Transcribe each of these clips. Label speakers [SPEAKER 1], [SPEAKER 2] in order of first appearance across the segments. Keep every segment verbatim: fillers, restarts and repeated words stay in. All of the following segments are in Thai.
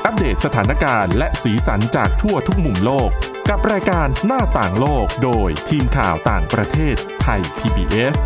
[SPEAKER 1] อัปเดตสถานการณ์และสีสันจากทั่วทุกมุมโลกกับรายการหน้าต่างโลกโดยทีมข่าวต่างประเทศไทย พี บี เอส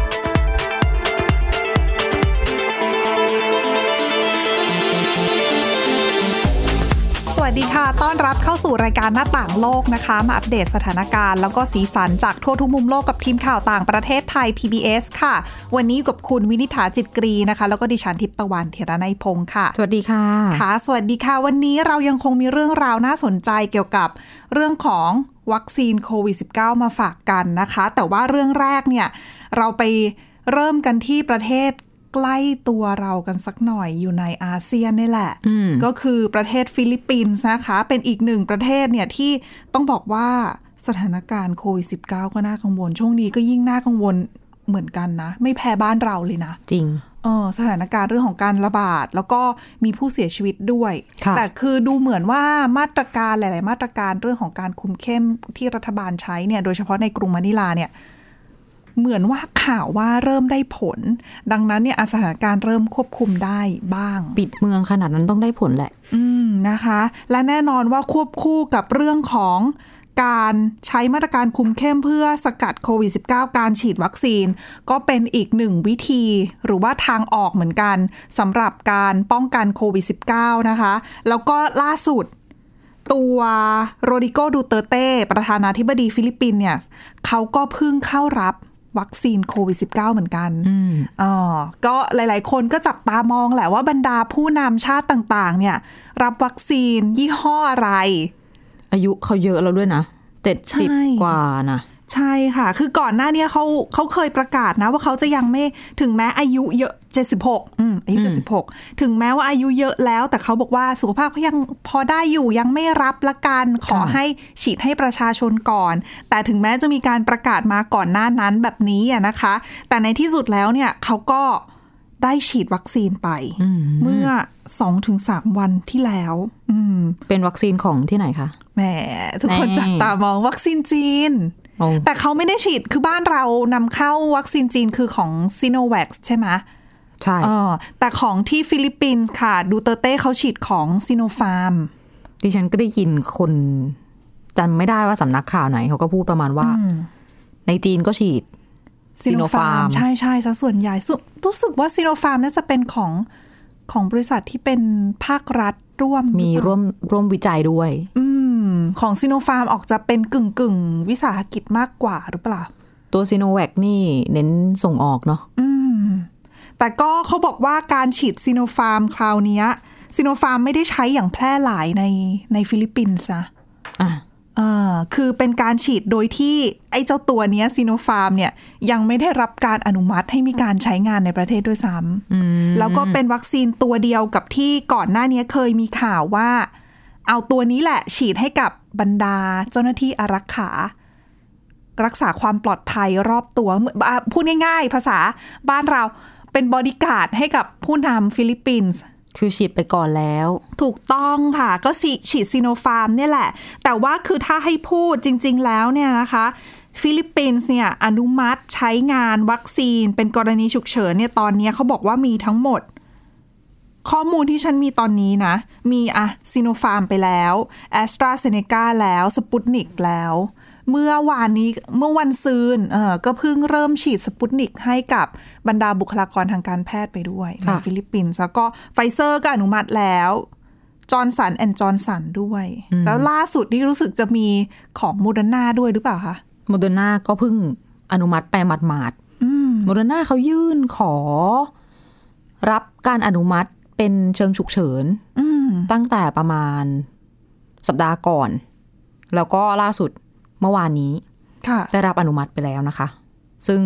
[SPEAKER 2] สวัสดีค่ะต้อนรับเข้าสู่รายการหน้าต่างโลกนะคะมาอัปเดตสถานการณ์แล้วก็สีสันจากทั่วทุกมุมโลกกับทีมข่าวต่างประเทศไทย พี บี เอส ค่ะวันนี้กับคุณวินิษฐาจิตกรีนะคะแล้วก็ดิฉันทิพย์ตะวันเถรนัยพงค์ค่ะ
[SPEAKER 3] สวัสดีค่ะ
[SPEAKER 2] ค่ะสวัสดีค่ะวันนี้เรายังคงมีเรื่องราวน่าสนใจเกี่ยวกับเรื่องของวัคซีนโควิด สิบเก้า มาฝากกันนะคะแต่ว่าเรื่องแรกเนี่ยเราไปเริ่มกันที่ประเทศใกล้ตัวเรากันสักหน่อยอยู่ในอาเซียนนี่แหละก็คือประเทศฟิลิปปินส์นะคะเป็นอีกหนึ่งประเทศเนี่ยที่ต้องบอกว่าสถานการณ์โควิด สิบเก้า ก็น่ากังวลช่วงนี้ก็ยิ่งน่ากังวลเหมือนกันนะไม่แพ้บ้านเราเลยนะ
[SPEAKER 3] จริง
[SPEAKER 2] เออสถานการณ์เรื่องของการระบาดแล้วก็มีผู้เสียชีวิตด้วยแต่คือดูเหมือนว่ามาตรการหลายๆมาตรการเรื่องของการคุมเข้มที่รัฐบาลใช้เนี่ยโดยเฉพาะในกรุงมะนิลาเนี่ยเหมือนว่าข่าวว่าเริ่มได้ผลดังนั้นเนี่ยสถานการณ์เริ่มควบคุมได้บ้าง
[SPEAKER 3] ปิดเมืองขนาดนั้นต้องได้ผลแหละ
[SPEAKER 2] อืมนะคะและแน่นอนว่าควบคู่กับเรื่องของการใช้มาตรการคุมเข้มเพื่อสกัดโควิด สิบเก้า การฉีดวัคซีนก็เป็นอีกหนึ่งวิธีหรือว่าทางออกเหมือนกันสำหรับการป้องกันโควิด สิบเก้า นะคะแล้วก็ล่าสุดตัวโรดิโก ดูเตอร์เต้ประธานาธิบดีฟิลิปปินส์เนี่ยเขาก็เพิ่งเข้ารับวัคซีนโควิด สิบเก้า เหมือนกันอ๋อก็หลายๆคนก็จับตามองแหละว่าบรรดาผู้นำชาติต่างๆเนี่ยรับวัคซีนยี่ห้ออะไร
[SPEAKER 3] อายุเขาเยอะแล้วด้วยนะเจ็ดสิบกว่านะ
[SPEAKER 2] ใช่ค่ะคือก่อนหน้านี้เขาเขาเคยประกาศนะว่าเขาจะยังไม่ถึงแม้อายุเยอะเจ็ดสิบหกอืมอายุเจ็ดสิบหกถึงแม้ว่าอายุเยอะแล้วแต่เขาบอกว่าสุขภาพเขายังพอได้อยู่ยังไม่รับละกันขอให้ฉีดให้ประชาชนก่อนแต่ถึงแม้จะมีการประกาศมาก่อนหน้านั้นแบบนี้อ่ะนะคะแต่ในที่สุดแล้วเนี่ยเขาก็ได้ฉีดวัคซีนไปเมื่อ สองถึงสาม วันที่แล้ว
[SPEAKER 3] เป็นวัคซีนของที่ไหนคะ
[SPEAKER 2] แหมทุกคนจับตามองวัคซีนจีนแต่เขาไม่ได้ฉีดคือบ้านเรานำเข้าวัคซีนจีนคือของซิโนแวคใช่ไหม
[SPEAKER 3] ใช่
[SPEAKER 2] แต่ของที่ฟิลิปปินส์ค่ะดูเตอร์เต้เขาฉีดของซิโนฟาร์ม
[SPEAKER 3] ดิฉันก็ได้ยินคนจำไม่ได้ว่าสำนักข่าวไหนเขาก็พูดประมาณว่าในจีนก็ฉีด
[SPEAKER 2] ซิโนฟาร์มใช่ใช่ซะส่วนใหญ่รู้สึกว่าซิโนฟาร์มน่าจะเป็นของของบริษัทที่เป็นภาครัฐร่วม
[SPEAKER 3] มีร่วมร่วมวิจัยด้วย
[SPEAKER 2] อืมของซิโนฟาร์มออกจะเป็นกึ่งกึ่งวิสาหกิจมากกว่าหรือเปล่า
[SPEAKER 3] ตัวซิโนแวคนี่เน้นส่งออกเนาะ
[SPEAKER 2] อืมแต่ก็เขาบอกว่าการฉีดซิโนฟาร์มคราวนี้ซิโนฟาร์มไม่ได้ใช้อย่างแพร่หลายในในฟิลิปปินส์นะอ่ะอ่าคือเป็นการฉีดโดยที่ไอ้เจ้าตัวเนี้ยซิโนฟาร์มเนี่ยยังไม่ได้รับการอนุมัติให้มีการใช้งานในประเทศด้วยซ้ำแล้วก็เป็นวัคซีนตัวเดียวกับที่ก่อนหน้านี้เคยมีข่าวว่าเอาตัวนี้แหละฉีดให้กับบรรดาเจ้าหน้าที่อารักขารักษาความปลอดภัยรอบตัวพูดง่ายๆภาษาบ้านเราเป็นบอดี้การ์ดให้กับผู้นำฟิลิปปินส์
[SPEAKER 3] คือฉีดไปก่อนแล้ว
[SPEAKER 2] ถูกต้องค่ะก็ฉีดซิโนฟาร์มเนี่ยแหละแต่ว่าคือถ้าให้พูดจริงๆแล้วเนี่ยนะคะฟิลิปปินส์เนี่ยอนุมัติใช้งานวัคซีนเป็นกรณีฉุกเฉินเนี่ยตอนนี้เขาบอกว่ามีทั้งหมดข้อมูลที่ฉันมีตอนนี้นะมีอะซิโนฟาร์มไปแล้วแอสตราเซเนกาแล้วสปุตนิกแล้วเมื่อวานนี้เมื่อวันซืนเออก็เพิ่งเริ่มฉีดสปุตนิกให้กับบรรดาบุคลากรทางการแพทย์ไปด้วยในฟิลิปปินส์แล้วก็ไฟเซอร์ก็อนุมัติแล้วจอห์นสันแอนด์จอห์นสันด้วยแล้วล่าสุดนี่รู้สึกจะมีของโมเดอร์นาด้วยหรือเปล่าคะ
[SPEAKER 3] โมเดอร์นาก็เพิ่งอนุมัติไปหมาดๆโมเดอร์นาเขายื่นขอรับการอนุมัติเป็นเชิงฉุกเฉินตั้งแต่ประมาณสัปดาห์ก่อนแล้วก็ล่าสุดเมื่อวานนี้ได้รับอนุมัติไปแล้วนะคะซึ่ง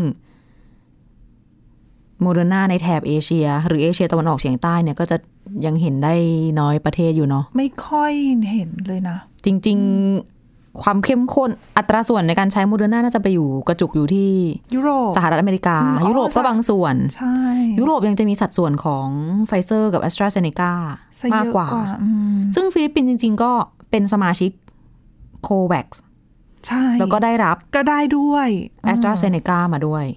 [SPEAKER 3] โมเดอร์นาในแถบเอเชียหรือเอเชียตะวันออกเฉียงใต้เนี่ยก็จะยังเห็นได้น้อยประเทศอยู่เนาะ
[SPEAKER 2] ไม่ค่อยเห็นเลยนะ
[SPEAKER 3] จริงๆความเข้มข้นอัตราส่วนในการใช้โมเดอร์นาน่าจะไปอยู่กระจุกอยู่ที่
[SPEAKER 2] ยุโรป
[SPEAKER 3] สหรัฐอเมริกายุโรปก็บางส่วน
[SPEAKER 2] ใช่
[SPEAKER 3] ยุโรปยังจะมีสัดส่วนของไฟเซอร์กับแอสตราเซเนกามากกว่าซึ่งฟิลิปปินส์จริงๆก็เป็นสมาชิกโคแว็กซ์
[SPEAKER 2] ใช่
[SPEAKER 3] แล้วก็ได้รับ
[SPEAKER 2] ก็ได้ด้วย
[SPEAKER 3] AstraZeneca มาด้วย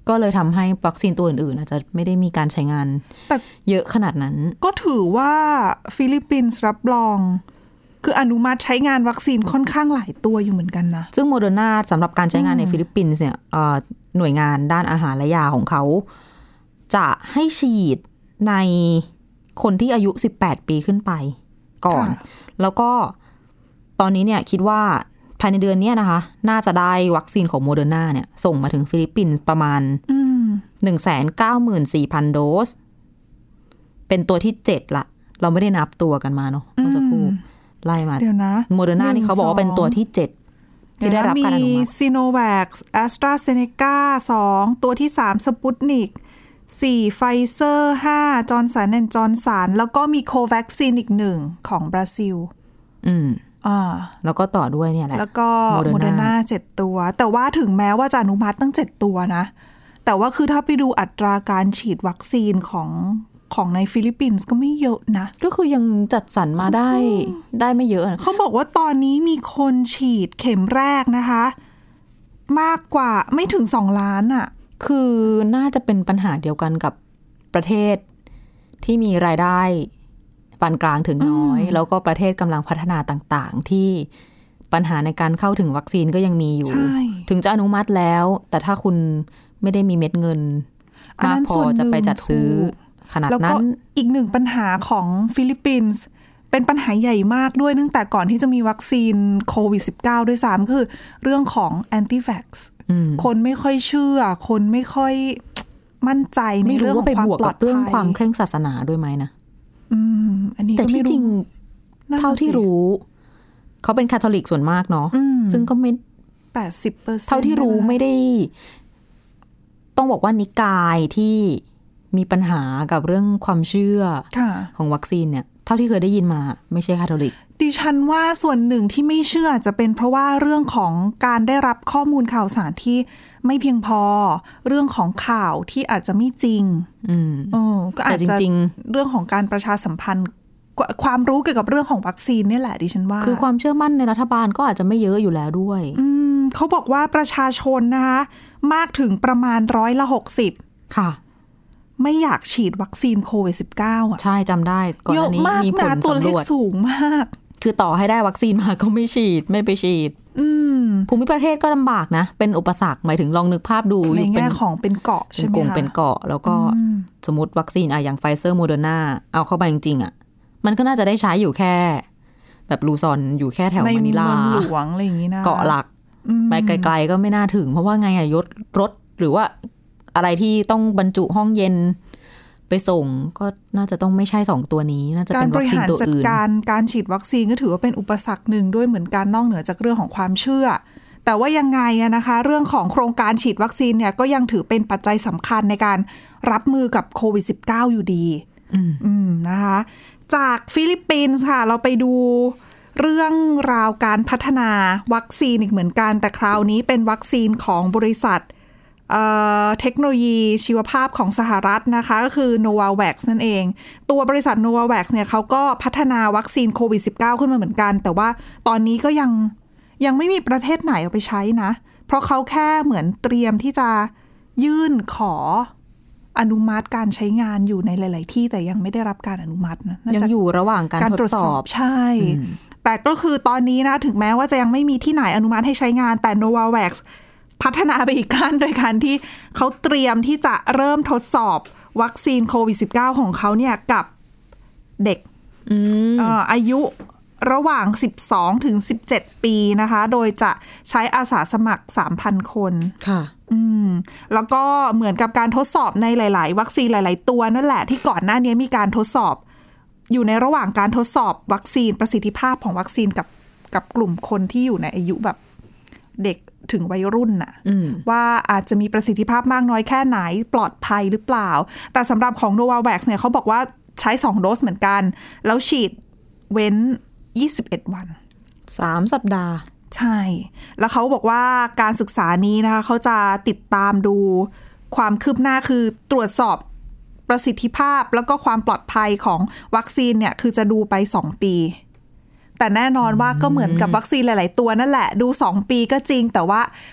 [SPEAKER 3] ก็เลยทำให้วัคซีนตัวอื่นๆอาจจะไม่ได้มีการใช้งานเยอะขนาดนั้น
[SPEAKER 2] ก็ถือว่าฟิลิปปินส์รับรองคืออนุมัติใช้งานวัคซีนค่อนข้างหลายตัวอยู่เหมือนกันนะ
[SPEAKER 3] ซึ่งโมเดอร์นาสำหรับการใช้งานในฟิลิปปินส์เนี่ยหน่วยงานด้านอาหารและยาของเขาจะให้ฉีดในคนที่อายุสิบแปดปีขึ้นไปก่อนแล้วก็ตอนนี้เนี่ยคิดว่าภายในเดือนนี้นะคะน่าจะได้วัคซีนของโมเดอร์นาเนี่ยส่งมาถึงฟิลิปปินส์ประมาณ หนึ่งแสนเก้าหมื่นสี่พัน โดสเป็นตัวที่เจ็ดละเราไม่ได้นับตัวกันมาเนาะเมื่อสักครู่ไล่มา
[SPEAKER 2] เดี๋ยวนะ
[SPEAKER 3] โมเดอร์นานี่เขาบอกว่าเป็นตัวที่เจ็ดที่ได้รับการอนุมัติ
[SPEAKER 2] มีซีโนแวคแอสตราเซเนกาสองตัวที่สามสปุตนิกสี่ไฟเซอร์ห้าจอร์นสันแอนด์จอร์นสันแล้วก็มีโควัคซีนอีกหนึ่งของบราซิล
[SPEAKER 3] อืมอ่าแล้วก็ต่อด้วยเนี่ยแหละ
[SPEAKER 2] แล้วก็โมเดอร์นาเจ็ดตัวแต่ว่าถึงแม้ว่าจะอนุมัติตั้งเจ็ดตัวนะแต่ว่าคือถ้าไปดูอัตราการฉีดวัคซีนของของในฟิลิปปินส์ก็ไม่เยอะนะ
[SPEAKER 3] ก็คือยังจัดสรรมาได้ได้ไม่เยอะ
[SPEAKER 2] เขาบอกว่าตอนนี้มีคนฉีดเข็มแรกนะคะมากกว่าไม่ถึงสองล้านอ่ะ
[SPEAKER 3] คือน่าจะเป็นปัญหาเดียวกันกับประเทศที่มีรายได้ปานกลางถึงน้อยแล้วก็ประเทศกำลังพัฒนาต่างๆที่ปัญหาในการเข้าถึงวัคซีนก็ยังมีอยู่ถึงจะอนุมัติแล้วแต่ถ้าคุณไม่ได้มีเม็ดเงินมากพอจะไปจัดซื้อขนาดนั้นแล้วก็
[SPEAKER 2] อีกหนึ่งปัญหาของฟิลิปปินส์เป็นปัญหาใหญ่มากด้วยตั้งแต่ก่อนที่จะมีวัคซีนโควิด สิบเก้า ด้วยซ้ำคือเรื่องของแอนตี้แว็กซ์คนไม่ค่อยเชื่อคนไม่ค่อยมั่นใจในเรื่องของความปลอดภัย
[SPEAKER 3] เรื่องความเคร่งศาสนาด้วยไหมนะ
[SPEAKER 2] อืมอันนี้
[SPEAKER 3] แต่ที่จริงเท่าที่รู้เขาเป็นคาทอลิกส่วนมากเนาะซึ่งก็ไม่
[SPEAKER 2] แปดสิบเปอร์เซ็นต์
[SPEAKER 3] เท่าที่รู้ไม่ได้ต้องบอกว่านิกายที่มีปัญหากับเรื่องความเชื่อของวัคซีนเนี่ยเท่าที่เคยได้ยินมาไม่ใช่คาทอลิก
[SPEAKER 2] ดิฉันว่าส่วนหนึ่งที่ไม่เชื่อจะเป็นเพราะว่าเรื่องของการได้รับข้อมูลข่าวสารที่ไม่เพียงพอเรื่องของข่าวที่อาจจะไม่จริง
[SPEAKER 3] อืม
[SPEAKER 2] เออก็อาจจะเรื่องของการประชาสัมพันธ์ความรู้เกี่ยวกับเรื่องของวัคซีนนี่แหละดิฉันว่า
[SPEAKER 3] คือความเชื่อมั่นในรัฐบาลก็อาจจะไม่เยอะอยู่แล้วด้วย
[SPEAKER 2] อืมเขาบอกว่าประชาชนนะคะมากถึงประมาณร้อยละหกสิบ
[SPEAKER 3] ค่ะ
[SPEAKER 2] ไม่อยากฉีดวัคซีนโควิด สิบเก้า อ่ะ
[SPEAKER 3] ใช่จำได้ก่อนหน้านี้มีผลสำรวจ
[SPEAKER 2] สูงมาก
[SPEAKER 3] คือต่อให้ได้วัคซีนมาก็ไม่ฉีดไม่ไปฉีดภูมิประเทศก็ลำบากนะเป็นอุปสรรคหมายถึงลองนึกภาพดู
[SPEAKER 2] ในแง่ของเป็นเกาะใช่ไหมคะ
[SPEAKER 3] เป็นกลุ่มเป็นเกาะแล้วก็สมมติวัคซีนอะอย่างไฟเซอร์โมเดอร์นาเอาเข้าไปจริงๆอ่ะมันก็น่าจะได้ใช้อยู่แค่แบบลูซอนอยู่แค่แถวมะนิลา
[SPEAKER 2] ในเมืองหลวงอะไรอย่างนี้นะ
[SPEAKER 3] เกาะหลักไปไกลๆก็ไม่น่าถึงเพราะว่าไงอะยศรถหรือว่าอะไรที่ต้องบรรจุห้องเย็นไปส่งก็น่าจะต้องไม่ใช่สองตัวนี้น่าจะเป็นวัคซีนตัวอื่น
[SPEAKER 2] การการฉีดวัคซีนก็ถือว่าเป็นอุปสรรคหนึ่งด้วยเหมือนกันนอกเหนือจากเรื่องของความเชื่อแต่ว่ายังไงนะคะเรื่องของโครงการฉีดวัคซีนเนี่ยก็ยังถือเป็นปัจจัยสำคัญในการรับมือกับโควิด สิบเก้า อยู่ดีอืมนะคะจากฟิลิปปินส์ค่ะเราไปดูเรื่องราวการพัฒนาวัคซีนอีกเหมือนกันแต่คราวนี้เป็นวัคซีนของบริษัทเอ่อเทคโนโลยีชีวภาพของสหรัฐนะคะก็คือ Novavax นั่นเองตัวบริษัท Novavax เนี่ยเขาก็พัฒนาวัคซีนโควิด สิบเก้า ขึ้นมาเหมือนกันแต่ว่าตอนนี้ก็ยังยังไม่มีประเทศไหนเอาไปใช้นะเพราะเขาแค่เหมือนเตรียมที่จะยื่นขออนุมัติการใช้งานอยู่ในหลายๆที่แต่ยังไม่ได้รับการอนุมัตินะ
[SPEAKER 3] ยังอยู่ระหว่างการทดสอบ
[SPEAKER 2] ใช่แต่ก็คือตอนนี้นะถึงแม้ว่าจะยังไม่มีที่ไหนอนุมัติให้ใช้งานแต่ Novavaxพัฒนาไปอีกขั้นโดยการที่เขาเตรียมที่จะเริ่มทดสอบวัคซีนโควิด สิบเก้า ของเขาเนี่ยกับเด็ก อ, อายุระหว่างสิบสองถึงสิบเจ็ดปีนะคะโดยจะใช้อาสาสมัคร สามพัน คน
[SPEAKER 3] ค่ะ
[SPEAKER 2] อืมแล้วก็เหมือนกับการทดสอบในหลายๆวัคซีนหลายๆตัวนั่นแหละที่ก่อนหน้านี้มีการทดสอบอยู่ในระหว่างการทดสอบวัคซีนประสิทธิภาพของวัคซีนกับกับกลุ่มคนที่อยู่ในอายุแบบเด็กถึงวัยรุ่นน่ะว่าอาจจะมีประสิทธิภาพมากน้อยแค่ไหนปลอดภัยหรือเปล่าแต่สำหรับของ Novavax เนี่ยเขาบอกว่าใช้สองโดสเหมือนกันแล้วฉีดเว้นยี่สิบเอ็ดวัน
[SPEAKER 3] สามสัปดาห์
[SPEAKER 2] ใช่แล้วเขาบอกว่าการศึกษานี้นะคะเขาจะติดตามดูความคืบหน้าคือตรวจสอบประสิทธิภาพแล้วก็ความปลอดภัยของวัคซีนเนี่ยคือจะดูไปสองปีแต่แน่นอนว่าก็เหมือนกับวัคซีนหลายๆตัวนั่นแหละดูสองปีก็จริงแต่ว่า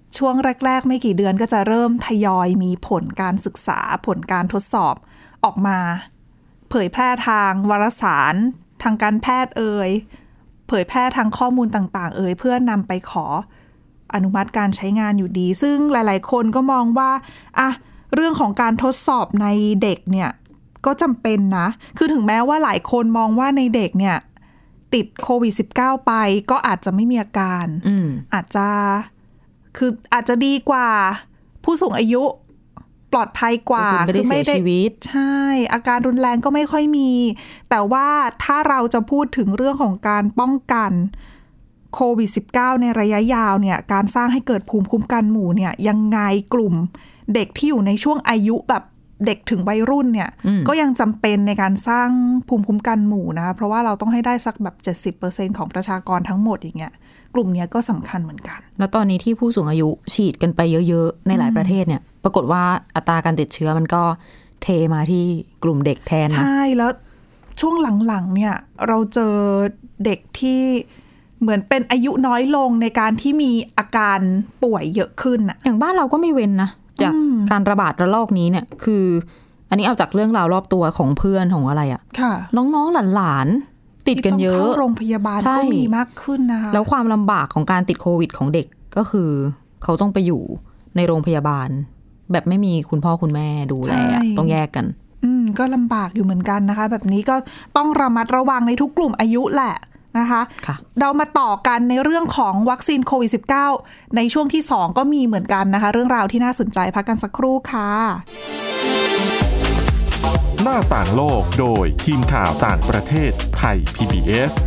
[SPEAKER 2] ช่วงแรกๆไม่กี่เดือนก็จะเริ่มทยอยมีผลการศึกษาผลการทดสอบออกมาเผยแพร่ทางวารสารทางการแพทย์เอ่ยเผยแพร่ทางข้อมูลต่างๆเอ่ยเพื่อนำไปขออนุมัติการใช้งานอยู่ดีซึ่งหลายๆคนก็มองว่าอะเรื่องของการทดสอบในเด็กเนี่ยก็จำเป็นนะคือถึงแม้ว่าหลายคนมองว่าในเด็กเนี่ยติดโควิด สิบเก้า ไปก็อาจจะไม่มีอาการ
[SPEAKER 3] อืม
[SPEAKER 2] อาจจะคืออาจจะดีกว่าผู้สูงอายุปลอดภัยกว่า
[SPEAKER 3] คือไม่ได้เสียชีวิต
[SPEAKER 2] ใช่อาการรุนแรงก็ไม่ค่อยมีแต่ว่าถ้าเราจะพูดถึงเรื่องของการป้องกันโควิด สิบเก้า ในระยะยาวเนี่ยการสร้างให้เกิดภูมิคุ้มกันหมู่เนี่ยยังไงกลุ่มเด็กที่อยู่ในช่วงอายุแบบเด็กถึงวัยรุ่นเนี่ยก็ยังจำเป็นในการสร้างภูมิคุ้มกันหมู่นะเพราะว่าเราต้องให้ได้สักแบบ เจ็ดสิบเปอร์เซ็นต์ ของประชากรทั้งหมดอย่างเงี้ยกลุ่มนี้ก็สำคัญเหมือนกัน
[SPEAKER 3] แล้วตอนนี้ที่ผู้สูงอายุฉีดกันไปเยอะๆในหลายประเทศเนี่ยปรากฏว่าอัตราการติดเชื้อมันก็เทมาที่กลุ่มเด็กแทนนะ
[SPEAKER 2] ใช่แล้วช่วงหลังๆเนี่ยเราเจอเด็กที่เหมือนเป็นอายุน้อยลงในการที่มีอาการป่วยเยอะขึ้นอะ
[SPEAKER 3] อย่างบ้านเราก็ไม่เว้นนะจากการระบาดระลอกนี้เนี่ยคืออันนี้เอาจากเรื่องราวรอบตัวของเพื่อนของอะไรอะ
[SPEAKER 2] ค่ะ
[SPEAKER 3] น้องๆหลานๆติดกันเยอะ
[SPEAKER 2] ที่ต้องเข้าโรงพยาบาลก็มีมากขึ้นนะคะ
[SPEAKER 3] แล้วความลำบากของการติดโควิดของเด็กก็คือเขาต้องไปอยู่ในโรงพยาบาลแบบไม่มีคุณพ่อคุณแม่ดูแลต้องแยกกัน
[SPEAKER 2] อืมก็ลำบากอยู่เหมือนกันนะคะแบบนี้ก็ต้องระมัดระวังในทุกกลุ่มอายุแหละนะคะเรามาต่อกันในเรื่องของวัคซีนโควิด สิบเก้า ในช่วงที่สองก็มีเหมือนกันนะคะเรื่องราวที่น่าสนใจพักกันสักครู่ค่ะ
[SPEAKER 1] หน้าต่างโลกโดยทีมข่าวต่างประเทศไทย พี บี เอส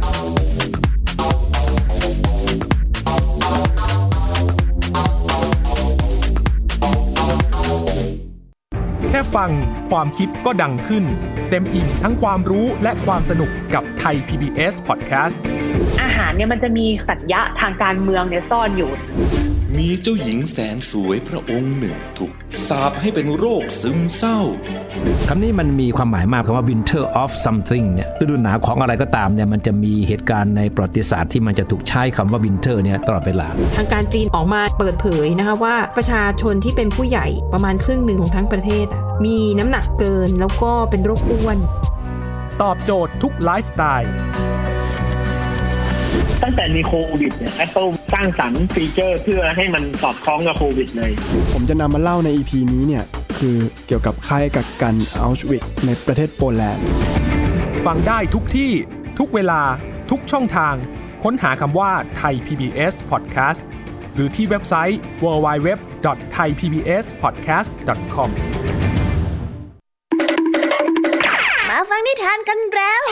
[SPEAKER 4] แค่ฟังความคิดก็ดังขึ้นเต็มอิ่มทั้งความรู้และความสนุกกับไทย พี บี เอส Podcast
[SPEAKER 5] อาหารเนี่ยมันจะมีสัญญะทางการเมืองเนี่ยซ่อนอยู่
[SPEAKER 6] มีเจ้าหญิงแสนสวยพระองค์หนึ่งถูกสาปให้เป็นโรคซึมเศร้า
[SPEAKER 7] คำนี้มันมีความหมายมากคำว่า winter of something เนี่ยฤดูหนาวของอะไรก็ตามเนี่ยมันจะมีเหตุการณ์ในประวัติศาสตร์ที่มันจะถูกใช้คำว่า winter เนี่ยตลอดเวลา
[SPEAKER 8] ทางการจีนออกมาเปิดเผยนะคะว่าประชาชนที่เป็นผู้ใหญ่ประมาณครึ่งหนึ่งของทั้งประเทศมีน้ำหนักเกินแล้วก็เป็นโรคอ้วน
[SPEAKER 4] ตอบโจทย์ทุกไลฟ์สไตล์
[SPEAKER 9] ตั้งแต่มีโควิดเนี่ย Apple สร้างสรรค์ฟีเจอร์เพื่อให้มันสอดคล้องกับโควิดเลย
[SPEAKER 10] ผมจะนำมาเล่าใน อี พี นี้เนี่ยคือเกี่ยวกับค่ายกักกันอัลชวิกในประเทศโปแลนด์
[SPEAKER 4] ฟังได้ทุกที่ทุกเวลาทุกช่องทางค้นหาคำว่าไทย พี บี เอส Podcast หรือที่เว็บไซต์ ดับเบิลยู ดับเบิลยู ดับเบิลยู ดอท ไทย พี บี เอส พอดแคสต์ ดอท คอม
[SPEAKER 11] มาฟังนิทานกันแล้ว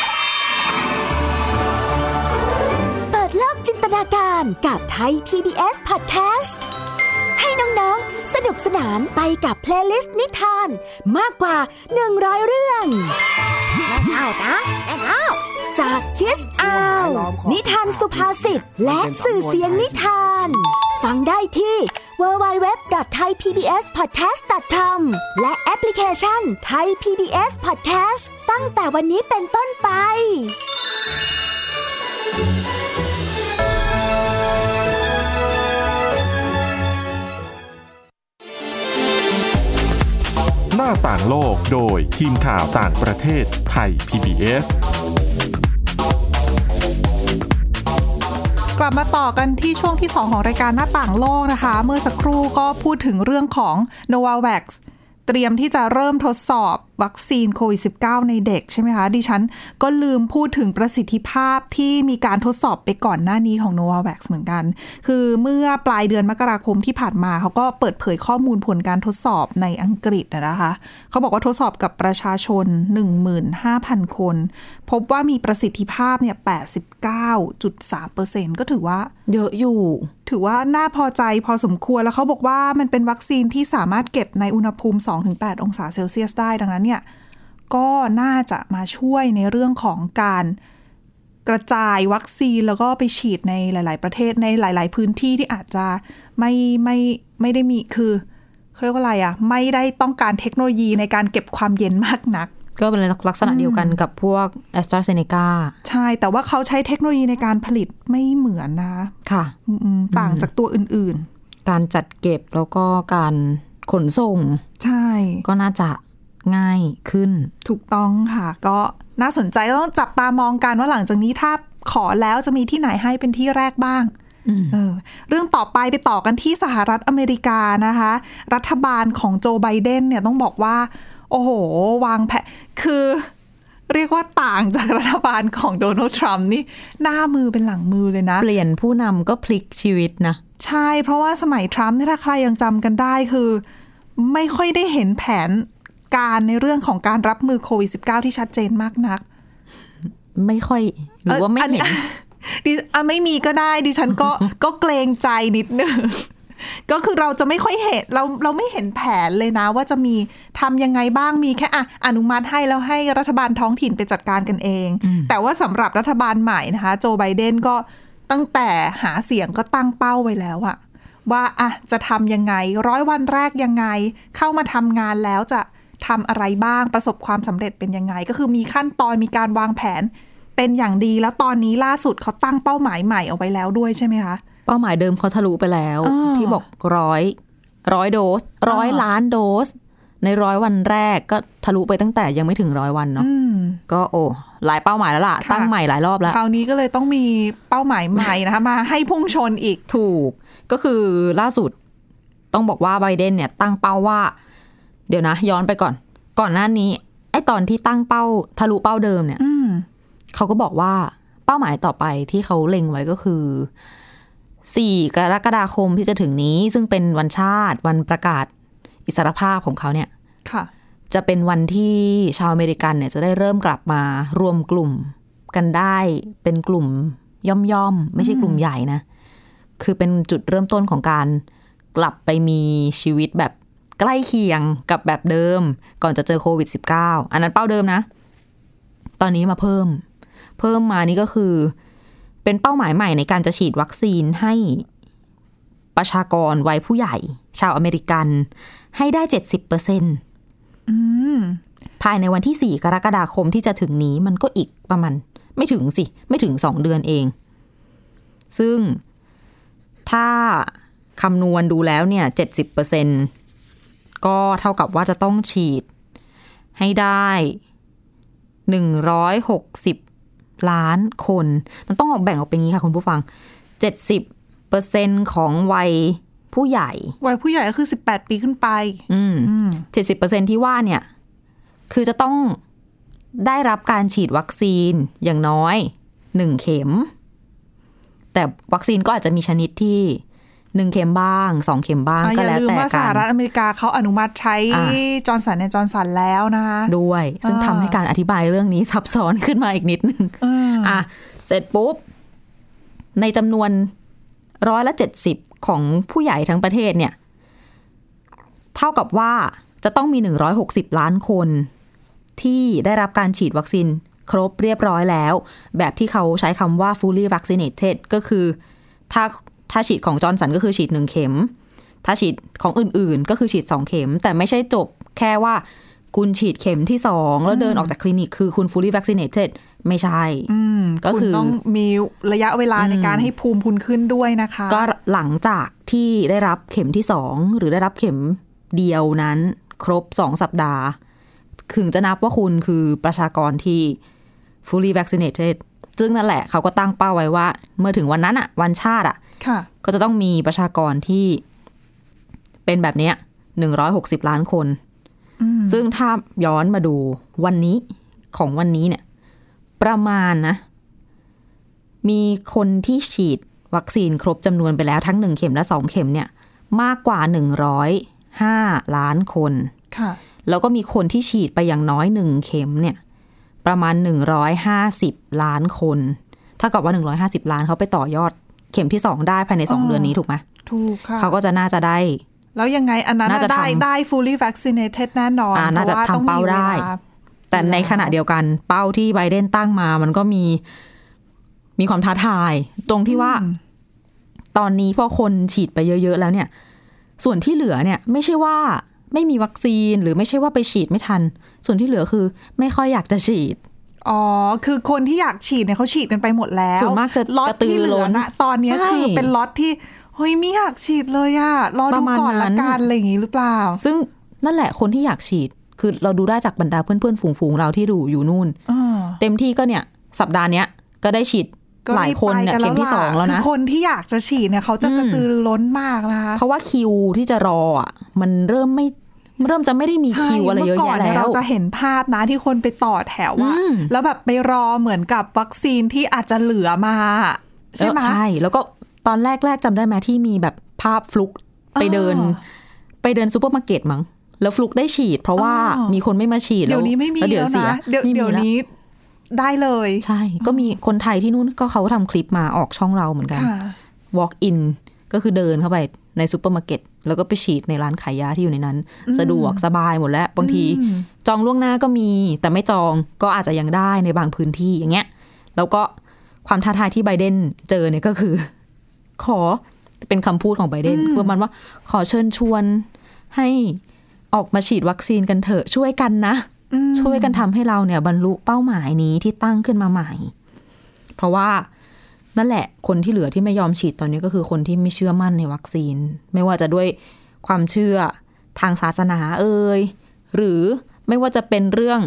[SPEAKER 11] เปิดโลกจินตนาการกับไทย พี บี เอส Podcast ให้น้องๆสนุกสนานไปกับเพลย์ลิสต์นิทานมากกว่าหนึ่งร้อยเรื่องเอานะเอาจาก Kids Out นิทานสุภาษิตและสื่อเสียงนิทานฟังได้ที่ ดับเบิลยู ดับเบิลยู ดับเบิลยู ดอท ไทย พี บี เอส พอดแคสต์ ดอท คอม และแอปพลิเคชัน Thai พี บี เอส Podcast ตั้งแต่วันนี้เป็นต้นไป
[SPEAKER 1] หน้าต่างโลกโดยทีมข่าวต่างประเทศไทย พี บี เอส
[SPEAKER 2] กลับมาต่อกันที่ช่วงที่สองของรายการหน้าต่างโลกนะคะเมื่อสักครู่ก็พูดถึงเรื่องของ Novavax เตรียมที่จะเริ่มทดสอบวัคซีนโควิด สิบเก้า ในเด็กใช่ไหมคะดิฉันก็ลืมพูดถึงประสิทธิภาพที่มีการทดสอบไปก่อนหน้านี้ของ Novavax เหมือนกันคือเมื่อปลายเดือนมกราคมที่ผ่านมาเขาก็เปิดเผยข้อมูลผลการทดสอบในอังกฤษนะคะเขาบอกว่าทดสอบกับประชาชน หนึ่งหมื่นห้าพัน คนพบว่ามีประสิทธิภาพเนี่ย แปดสิบเก้าจุดสามเปอร์เซ็นต์ ก็ถือว่า
[SPEAKER 3] เยอะอยู่
[SPEAKER 2] ถือว่าน่าพอใจพอสมควรแล้วเขาบอกว่ามันเป็นวัคซีนที่สามารถเก็บในอุณหภูมิ สองถึงแปด องศาเซลเซียสได้ดังนั้นเนี่ยก็น่าจะมาช่วยในเรื่องของการกระจายวัคซีนแล้วก็ไปฉีดในหลายๆประเทศในหลายๆพื้นที่ที่อาจจะไม่ไม่ไม่ได้มีคือเขาเรียกว่าอะไรอ่ะไม่ได้ต้องการเทคโนโลยีในการเก็บความเย็นมากนัก
[SPEAKER 3] ก็เป็นลักษณะเดียวกันกับพวก AstraZeneca
[SPEAKER 2] ใช่แต่ว่าเขาใช้เทคโนโลยีในการผลิตไม่เหมือนนะ
[SPEAKER 3] ค่ะ
[SPEAKER 2] ต่างจากตัวอื่น
[SPEAKER 3] การจัดเก็บแล้วก็การขนส่ง
[SPEAKER 2] ใช่
[SPEAKER 3] ก็น่าจะง่ายขึ้น
[SPEAKER 2] ถูกต้องค่ะก็น่าสนใจต้องจับตามองกันว่าหลังจากนี้ถ้าขอแล้วจะมีที่ไหนให้เป็นที่แรกบ้างเออเรื่องต่อไปไปต่อกันที่สหรัฐอเมริกานะคะรัฐบาลของโจไบเดนเนี่ยต้องบอกว่าโอ้โหวางแผนคือเรียกว่าต่างจากรัฐบาลของโดนัลด์ทรัมป์นี่หน้ามือเป็นหลังมือเลยนะ
[SPEAKER 3] เปลี่ยนผู้นำก็พลิกชีวิตนะ
[SPEAKER 2] ใช่เพราะว่าสมัยทรัมป์ถ้าใครยังจำกันได้คือไม่ค่อยได้เห็นแผนการในเรื่องของการรับมือโควิด สิบเก้า ที่ชัดเจนมากนัก
[SPEAKER 3] ไม่ค่อยหรือว่าไม่เห็น
[SPEAKER 2] ดิอ่ะไม่มีก็ได้ดิฉันก็ก็เกรงใจนิดนึงก็คือเราจะไม่ค่อยเห็นเราเราไม่เห็นแผนเลยนะว่าจะมีทำยังไงบ้างมีแค่อ่ะอนุมัติให้แล้วให้รัฐบาลท้องถิ่นไปจัดการกันเองแต่ว่าสำหรับรัฐบาลใหม่นะคะโจไบเดนก็ตั้งแต่หาเสียงก็ตั้งเป้าไว้แล้วอะว่าอ่ะจะทำยังไงร้อยวันแรกยังไงเข้ามาทำงานแล้วจะทำอะไรบ้างประสบความสำเร็จเป็นยังไงก็คือมีขั้นตอนมีการวางแผนเป็นอย่างดีแล้วตอนนี้ล่าสุดเขาตั้งเป้าหมายใหม่เอาไว้แล้วด้วยใช่ไหมคะ
[SPEAKER 3] เป้าหมายเดิมเขาทะลุไปแล้วที่บอกร้อยร้อยโดสร้อยล้านโดสในร้อยวันแรกก็ทะลุไปตั้งแต่ยังไม่ถึงร้อยวันเนาะก็โอ้หลายเป้าหมายแล้วล่ะตั้งใหม่หลายรอบแล้ว
[SPEAKER 2] คราวนี้ก็เลยต้องมีเป้าหมายใหม่นะคะมาให้พุ่งชนอีก
[SPEAKER 3] ถูกก็คือล่าสุดต้องบอกว่าไบเดนเนี่ยตั้งเป้าว่าเดี๋ยวนะย้อนไปก่อนก่อนหน้านี้ไอ้ตอนที่ตั้งเป้าทะลุเป้าเดิมเนี่ยเขาก็บอกว่าเป้าหมายต่อไปที่เขาเล็งไว้ก็คือสี่กรกฎาคมที่จะถึงนี้ซึ่งเป็นวันชาติวันประกาศอิสรภาพของเขาเนี่ยจะเป็นวันที่ชาวอเมริกันเนี่ยจะได้เริ่มกลับมารวมกลุ่มกันได้เป็นกลุ่มย่อมๆไม่ใช่กลุ่มใหญ่นะคือเป็นจุดเริ่มต้นของการกลับไปมีชีวิตแบบใกล้เคียงกับแบบเดิมก่อนจะเจอโควิด สิบเก้า อันนั้นเป้าเดิมนะตอนนี้มาเพิ่มเพิ่มมานี่ก็คือเป็นเป้าหมายใหม่ในการจะฉีดวัคซีนให้ประชากรวัยผู้ใหญ่ชาวอเมริกันให้ได้ เจ็ดสิบเปอร์เซ็นต์
[SPEAKER 2] อืม
[SPEAKER 3] ภายในวันที่สี่กรกฎาคมที่จะถึงนี้มันก็อีกประมาณไม่ถึงสิไม่ถึงสองเดือนเองซึ่งถ้าคำนวณดูแล้วเนี่ย เจ็ดสิบเปอร์เซ็นต์ ก็เท่ากับว่าจะต้องฉีดให้ได้หนึ่งร้อยหกสิบล้านคนมันต้องออกแบ่งออกเป็นงี้ค่ะคุณผู้ฟัง เจ็ดสิบเปอร์เซ็นต์ ของวัยผู้ใหญ่
[SPEAKER 2] วัยผู้ใหญ่ก็คือสิบแปดปีขึ้นไป
[SPEAKER 3] อืม เจ็ดสิบเปอร์เซ็นต์ ที่ว่าเนี่ยคือจะต้องได้รับการฉีดวัคซีนอย่างน้อยหนึ่งเข็มแต่วัคซีนก็อาจจะมีชนิดที่หนึ่งเข็มบ้างสองเข็มบ้างก็แล้วแต่กันอย่าลืมว่า
[SPEAKER 2] สหรัฐอเมริกาเขาอนุมัติใช้จอร์นสันและจอร์นสันแล้วนะคะ
[SPEAKER 3] ด้วยซึ่งทำให้การอธิบายเรื่องนี้ซับซ้อนขึ้นมาอีกนิดนึงอ่ะเสร็จปุ๊บในจำนวนร้อยละเจ็ดสิบของผู้ใหญ่ทั้งประเทศเนี่ยเท่ากับว่าจะต้องมีหนึ่งร้อยหกสิบล้านคนที่ได้รับการฉีดวัคซีนครบเรียบร้อยแล้วแบบที่เขาใช้คำว่า fully vaccinated ก็คือถ้าถ้าฉีดของจอร์นสันก็คือฉีดหนึ่งเข็มถ้าฉีดของอื่นๆก็คือฉีดสองเข็มแต่ไม่ใช่จบแค่ว่าคุณฉีดเข็มที่สองแล้วเดินออกจากคลินิกคือคุณ fully vaccinated ไม่ใช่
[SPEAKER 2] ก็คือต้องมีระยะเวลาในการให้ภูมิคุณขึ้นด้วยนะคะ
[SPEAKER 3] ก็หลังจากที่ได้รับเข็มที่สองหรือได้รับเข็มเดียวนั้นครบสองสัปดาห์ถึงจะนับว่าคุณคือประชากรที่ fully vaccinated ซึ่งนั่นแหละเขาก็ตั้งเป้าไว้ว่าเมื่อถึงวันนั้นอะวันชาติอะก็จะต้องมีประชากรที่เป็นแบบนี้หนึ่งร้อยหกสิบล้านคนซึ่งถ้าย้อนมาดูวันนี้ของวันนี้เนี่ยประมาณนะมีคนที่ฉีดวัคซีนครบจำนวนไปแล้วทั้งหนึ่งเข็มและสองเข็มเนี่ยมากกว่าหนึ่งร้อยห้าล้านคน
[SPEAKER 2] ค่ะ
[SPEAKER 3] แล้วก็มีคนที่ฉีดไปอย่างน้อยหนึ่งเข็มเนี่ยประมาณหนึ่งร้อยห้าสิบล้านคนถ้ากับว่าหนึ่งร้อยห้าสิบล้านเขาไปต่อยอดเข็มที่สองได้ภายในสองเดือนนี้ถูกไหม
[SPEAKER 2] ถูกค่ะ
[SPEAKER 3] เขาก็จะน่าจะได้
[SPEAKER 2] แล้วยังไงอันนั้นได้ได้ fully vaccinated แน่นอน
[SPEAKER 3] น่าจะทำเป้าได้แต่ในขณะเดียวกันเป้าที่ไบเดนตั้งมามันก็มีมีความท้าทายตรงที่ว่าตอนนี้พอคนฉีดไปเยอะๆแล้วเนี่ยส่วนที่เหลือเนี่ยไม่ใช่ว่าไม่มีวัคซีนหรือไม่ใช่ว่าไปฉีดไม่ทันส่วนที่เหลือคือไม่ค่อยอยากจะฉีด
[SPEAKER 2] อ๋อคือคนที่อยากฉีดเนี่ยเขาฉีดกันไปหมดแล้ว
[SPEAKER 3] ส่วนมากจะ
[SPEAKER 2] ล็อตที่เหลือนะตอนนี้คือเป็นล็อตที่เฮ้ยไม่อยากฉีดเลยอะรอดูก่อนละกันอะไรอย่างงี้หรือเปล่า
[SPEAKER 3] ซึ่งนั่นแหละคนที่อยากฉีดคือเราดูได้จากบรรดาเพื่อนๆฝูงๆเราที่ดูอยู่นู่นเต็มที่ก็เนี่ยสัปดาห์เนี้ยก็ได้ฉีดหลายคนเนี่ยเข็มที่สองแล้วนะ
[SPEAKER 2] คือคนที่อยากจะฉีดเนี่ยเขาจะกระตือรือร้นมากนะคะ
[SPEAKER 3] เพราะว่าคิวที่จะรออ่ะมันเริ่มไม่เริ่มจะไม่ได้มีคิวอะไรเยอะแยะแล้ว
[SPEAKER 2] เราจะเห็นภาพนะที่คนไปต่อแถวอ่ะแล้วแบบไปรอเหมือนกับวัคซีนที่อาจจะเหลือมาใช่ไหม
[SPEAKER 3] ใช่แล้วก็ตอนแรกๆจำได้ไหมที่มีแบบภาพฟลุกไปเดินไปเดินซูเปอร์มาร์เก็ตมั้งแล้วฟลุกได้ฉีดเพราะว่ามีคนไม่มาฉีด
[SPEAKER 2] เดี๋ยวนี้ไม่มีแล้วนะเดี๋ยวเดี๋ยวนี้ได้เลย
[SPEAKER 3] ใช่ก็มีคนไทยที่นู่นก็เขาทำคลิปมาออกช่องเราเหมือนกัน walk in ก็คือเดินเข้าไปในซูเปอร์มาร์เก็ตแล้วก็ไปฉีดในร้านขายยาที่อยู่ในนั้นสะดวกสบายหมดแล้วบางทีจองล่วงหน้าก็มีแต่ไม่จองก็อาจจะยังได้ในบางพื้นที่อย่างเงี้ยแล้วก็ความท้าทายที่ไบเดนเจอเนี่ยก็คือขอเป็นคำพูดของไบเดนคือประมาณว่าขอเชิญชวนให้ออกมาฉีดวัคซีนกันเถอะช่วยกันนะช่วยกันทำให้เราเนี่ยบรรลุเป้าหมายนี้ที่ตั้งขึ้นมาใหม่เพราะว่านั่นแหละคนที่เหลือที่ไม่ยอมฉีดตอนนี้ก็คือคนที่ไม่เชื่อมั่นในวัคซีนไม่ว่าจะด้วยความเชื่อทางศาสนาเอ่ยหรือไม่ว่าจะเป็นเรื่อง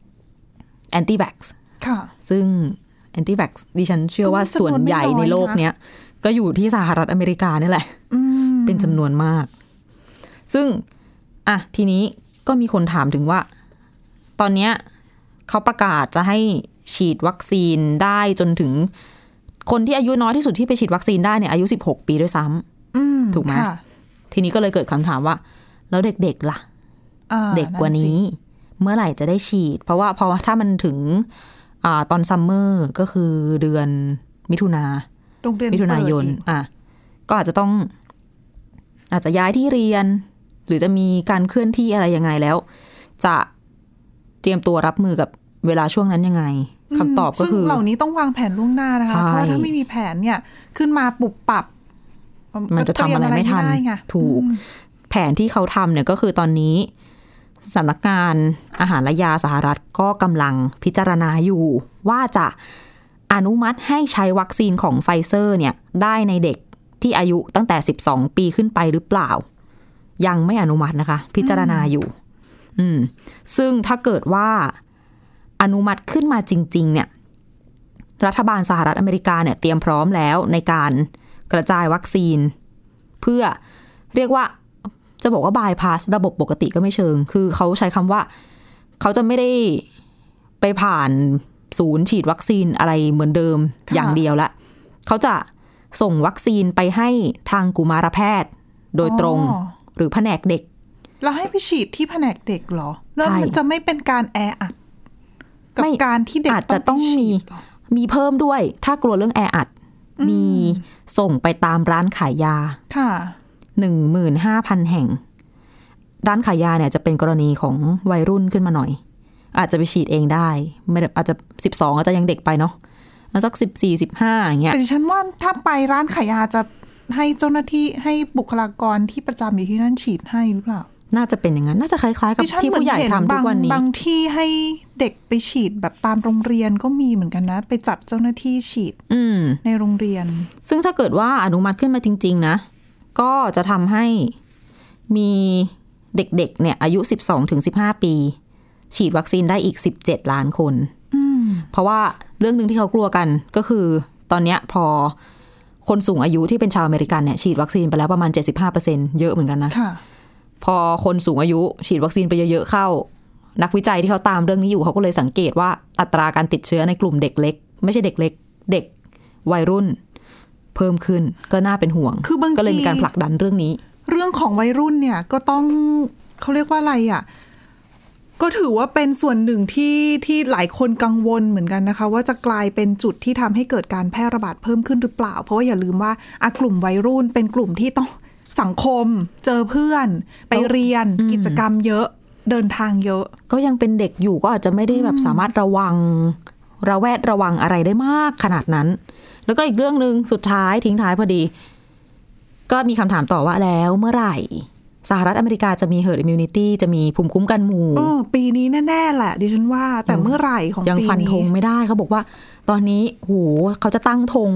[SPEAKER 3] anti-vax
[SPEAKER 2] ค่ะ
[SPEAKER 3] ซึ่ง anti-vax ดิฉันเชื่อว่าส่วนใหญ่ในโลกเนี้ยก็อยู่ที่สหรัฐอเมริกานี่แหละเป็นจำนวนมากซึ่งอ่ะทีนี้ก็มีคนถามถึงว่าตอนนี้เขาประกาศจะให้ฉีดวัคซีนได้จนถึงคนที่อายุน้อยที่สุดที่ไปฉีดวัคซีนได้เนี่ยอายุสิบหกปีด้วยซ้ำถูกไหมทีนี้ก็เลยเกิดคำถามว่าแล้วเด็กๆล่ะเด็กกว่านี้เมื่อไหร่จะได้ฉีดเพราะว่าพอถ้ามันถึงอ่าตอนซัมเมอร์ก็คือเดือนมิถุนามิถุนายนอ่ะก็อาจจะต้องอาจจะย้ายที่เรียนหรือจะมีการเคลื่อนที่อะไรยังไงแล้วจะเตรียมตัวรับมือกับเวลาช่วงนั้นยังไงคำตอบก็คือ
[SPEAKER 2] ซึ่งเหล่านี้ต้องวางแผนล่วงหน้านะคะเพราะถ้าไม่มีแผนเนี่ยขึ้นมาปุบปับ
[SPEAKER 3] มันจะทำอะไรไม่ทันถูกแผนที่เขาทำเนี่ยก็คือตอนนี้สำนักงานอาหารและยาสหรัฐก็กำลังพิจารณาอยู่ว่าจะอนุมัติให้ใช้วัคซีนของไฟเซอร์เนี่ยได้ในเด็กที่อายุตั้งแต่สิบสองปีขึ้นไปหรือเปล่ายังไม่อนุมัตินะคะพิจารณาอยู่อืมซึ่งถ้าเกิดว่าอนุมัติขึ้นมาจริงๆเนี่ยรัฐบาลสหรัฐอเมริกาเนี่ยเตรียมพร้อมแล้วในการกระจายวัคซีนเพื่อเรียกว่าจะบอกว่าบายพาสระบบปกติก็ไม่เชิงคือเขาใช้คำว่าเขาจะไม่ได้ไปผ่านศูนย์ฉีดวัคซีนอะไรเหมือนเดิมอย่างเดียวละเขาจะส่งวัคซีนไปให้ทางกุมารแพทย์โดยตรงหรือแผนกเด็ก
[SPEAKER 2] แล้วให้ไปฉีดที่แผนกเด็กเหรอแล้วมันจะไม่เป็นการแออัดกับการที่เด็ก
[SPEAKER 3] อาจจะต้องมีมีเพิ่มด้วยถ้ากลัวเรื่องแออัดมีส่งไปตามร้านขายยา
[SPEAKER 2] ค่ะ
[SPEAKER 3] หนึ่งหมื่นห้าพันแห่งร้านขายยาเนี่ยจะเป็นกรณีของวัยรุ่นขึ้นมาหน่อยอาจจะไปฉีดเองได้ไม่อาจจะสิบสองอาจจะยังเด็กไปเนาะสักสิบสี่ สิบห้าอย่างเงี้ย
[SPEAKER 2] แต่ฉันว่าถ้าไปร้านขายยาจะให้เจ้าหน้าที่ให้บุคลากรที่ประจำอยู่ที่นั่นฉีดให้หรือเปล่า
[SPEAKER 3] น่าจะเป็นอย่างนั้นน่าจะคล้ายๆกับที่ผู้ใหญ่ทำทุกวันนี้
[SPEAKER 2] บางที่ให้เด็กไปฉีดแบบตามโรงเรียนก็มีเหมือนกันนะไปจัดเจ้าหน้าที่ฉีดในโรงเรียน
[SPEAKER 3] ซึ่งถ้าเกิดว่าอนุมัติขึ้นมาจริงๆนะก็จะทำให้มีเด็กๆเนี่ยอายุ สิบสองถึงสิบห้า ปีฉีดวัคซีนได้อีกสิบเจ็ดล้านคนเพราะว่าเรื่องนึงที่เขากลัวกันก็คือตอนนี้พอคนสูงอายุที่เป็นชาวอเมริกันเนี่ยฉีดวัคซีนไปแล้วประมาณ เจ็ดสิบห้าเปอร์เซ็นต์ เยอะเหมือนกันนะพอคนสูงอายุฉีดวัคซีนไปเยอะๆเข้านักวิจัยที่เขาตามเรื่องนี้อยู่เขาก็เลยสังเกตว่าอัตราการติดเชื้อในกลุ่มเด็กเล็กไม่ใช่เด็กเล็กเด็กวัยรุ่นเพิ่มขึ้นก็น่าเป็นห่วงก็เลยมีการผลักดันเรื่องนี้
[SPEAKER 2] เรื่องของวัยรุ่นเนี่ยก็ต้องเขาเรียกว่าอะไรอ่ะก็ถือว่าเป็นส่วนหนึ่งที่ที่หลายคนกังวลเหมือนกันนะคะว่าจะกลายเป็นจุดที่ทำให้เกิดการแพร่ระบาดเพิ่มขึ้นหรือเปล่าเพราะว่าอย่าลืมว่าอ่ะกลุ่มวัยรุ่นเป็นกลุ่มที่ต้องสังคมเจอเพื่อนไปเรียนกิจกรรมเยอะเดินทางเยอะ
[SPEAKER 3] ก็ยังเป็นเด็กอยู่ก็อาจจะไม่ได้แบบสามารถระวังระแวดระวังอะไรได้มากขนาดนั้นแล้วก็อีกเรื่องนึงสุดท้ายทิ้งท้ายพอดีก็มีคำถามต่อว่าแล้วเมื่อไหร่สหรัฐอเมริกาจะมี herd immunity จะมีภูมิคุ้มกันหมู่
[SPEAKER 2] ปีนี้แน่ๆแหละดิฉันว่าแต่เมื่อไหร่ของปีนี้
[SPEAKER 3] ยังฟันธงไม่ได้เขาบอกว่าตอนนี้โหเขาจะตั้งธงว่า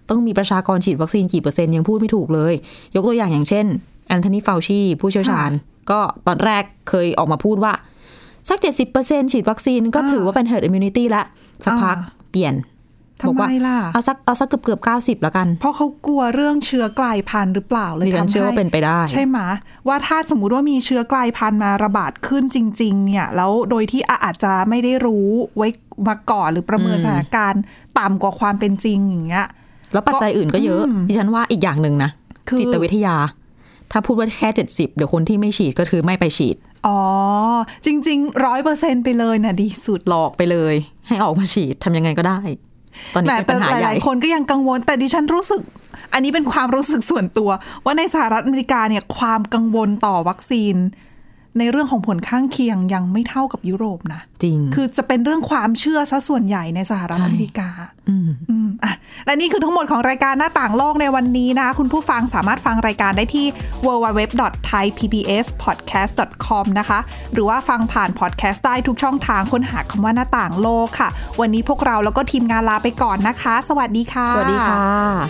[SPEAKER 3] ต้องมีประชากรฉีดวัคซีนกี่เปอร์เซ็นต์ยังพูดไม่ถูกเลยยกตัวอย่างอย่างเช่นแอนโทนี ฟาวชีผู้เชี่ยวชาญก็ตอนแรกเคยออกมาพูดว่าสัก เจ็ดสิบเปอร์เซ็นต์ ฉีดวัคซีนก็ถือว่าเป็น herd immunity ละสักพักเปลี่ยน
[SPEAKER 2] บอกว่าเอา
[SPEAKER 3] สักเอาสักเกือบเกือบเก้าสิบแล้วกัน
[SPEAKER 2] เพราะเขากลัวเรื่องเชื้อกลายพันธุ์หรือเปล่าเลย
[SPEAKER 3] ทำให้เชื่อว่าเป็นไปได้
[SPEAKER 2] ใช่ไหมว่าถ้าสมมุติว่ามีเชื้อกลายพันธุ์มาระบาดขึ้นจริงๆเนี่ยแล้วโดยที่อาจจะไม่ได้รู้ไว้มาก่อนหรือประเมินสถานการณ์ต่ำกว่าความเป็นจริงอย่างเงี้ย
[SPEAKER 3] แล้วปัจจัยอื่นก็เยอะดิฉันว่าอีกอย่างหนึ่งนะจิตวิทยาถ้าพูดว่าแค่เจ็ดสิบเดี๋ยวคนที่ไม่ฉีดก็คือไม่ไปฉีด
[SPEAKER 2] อ๋อจริงๆ ร้อยเปอร์เซ็นต์ ไปเลยนะดีสุด
[SPEAKER 3] หลอกไปเลยให้ออกมาฉีดทำยังไงก็ได้ตอนนี้เป็นปัญหาใหญ่
[SPEAKER 2] หลายคนก็ยังกังวลแต่ดิฉันรู้สึกอันนี้เป็นความรู้สึกส่วนตัวว่าในสหรัฐอเมริกาเนี่ยความกังวลต่อวัคซีนในเรื่องของผลข้างเคียงยังไม่เท่ากับยุโรปนะ
[SPEAKER 3] จริง
[SPEAKER 2] คือจะเป็นเรื่องความเชื่อซะส่วนใหญ่ในสหรัฐอเมริกาอืมอืมอ่ะและนี่คือทั้งหมดของรายการหน้าต่างโลกในวันนี้นะคุณผู้ฟังสามารถฟังรายการได้ที่ ดับเบิลยู ดับเบิลยู ดับเบิลยู ดอท ไทย พี บี เอส พอดแคสต์ ดอท คอม นะคะหรือว่าฟังผ่านพอดแคสต์ได้ทุกช่องทางค้นหาคำว่าหน้าต่างโลกค่ะวันนี้พวกเราแล้วก็ทีมงานลาไปก่อนนะคะสวัสดีค่ะ
[SPEAKER 3] สวัสดีค่ะ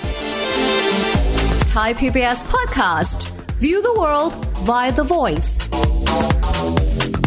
[SPEAKER 12] Thai พี บี เอส Podcast View the world via the voice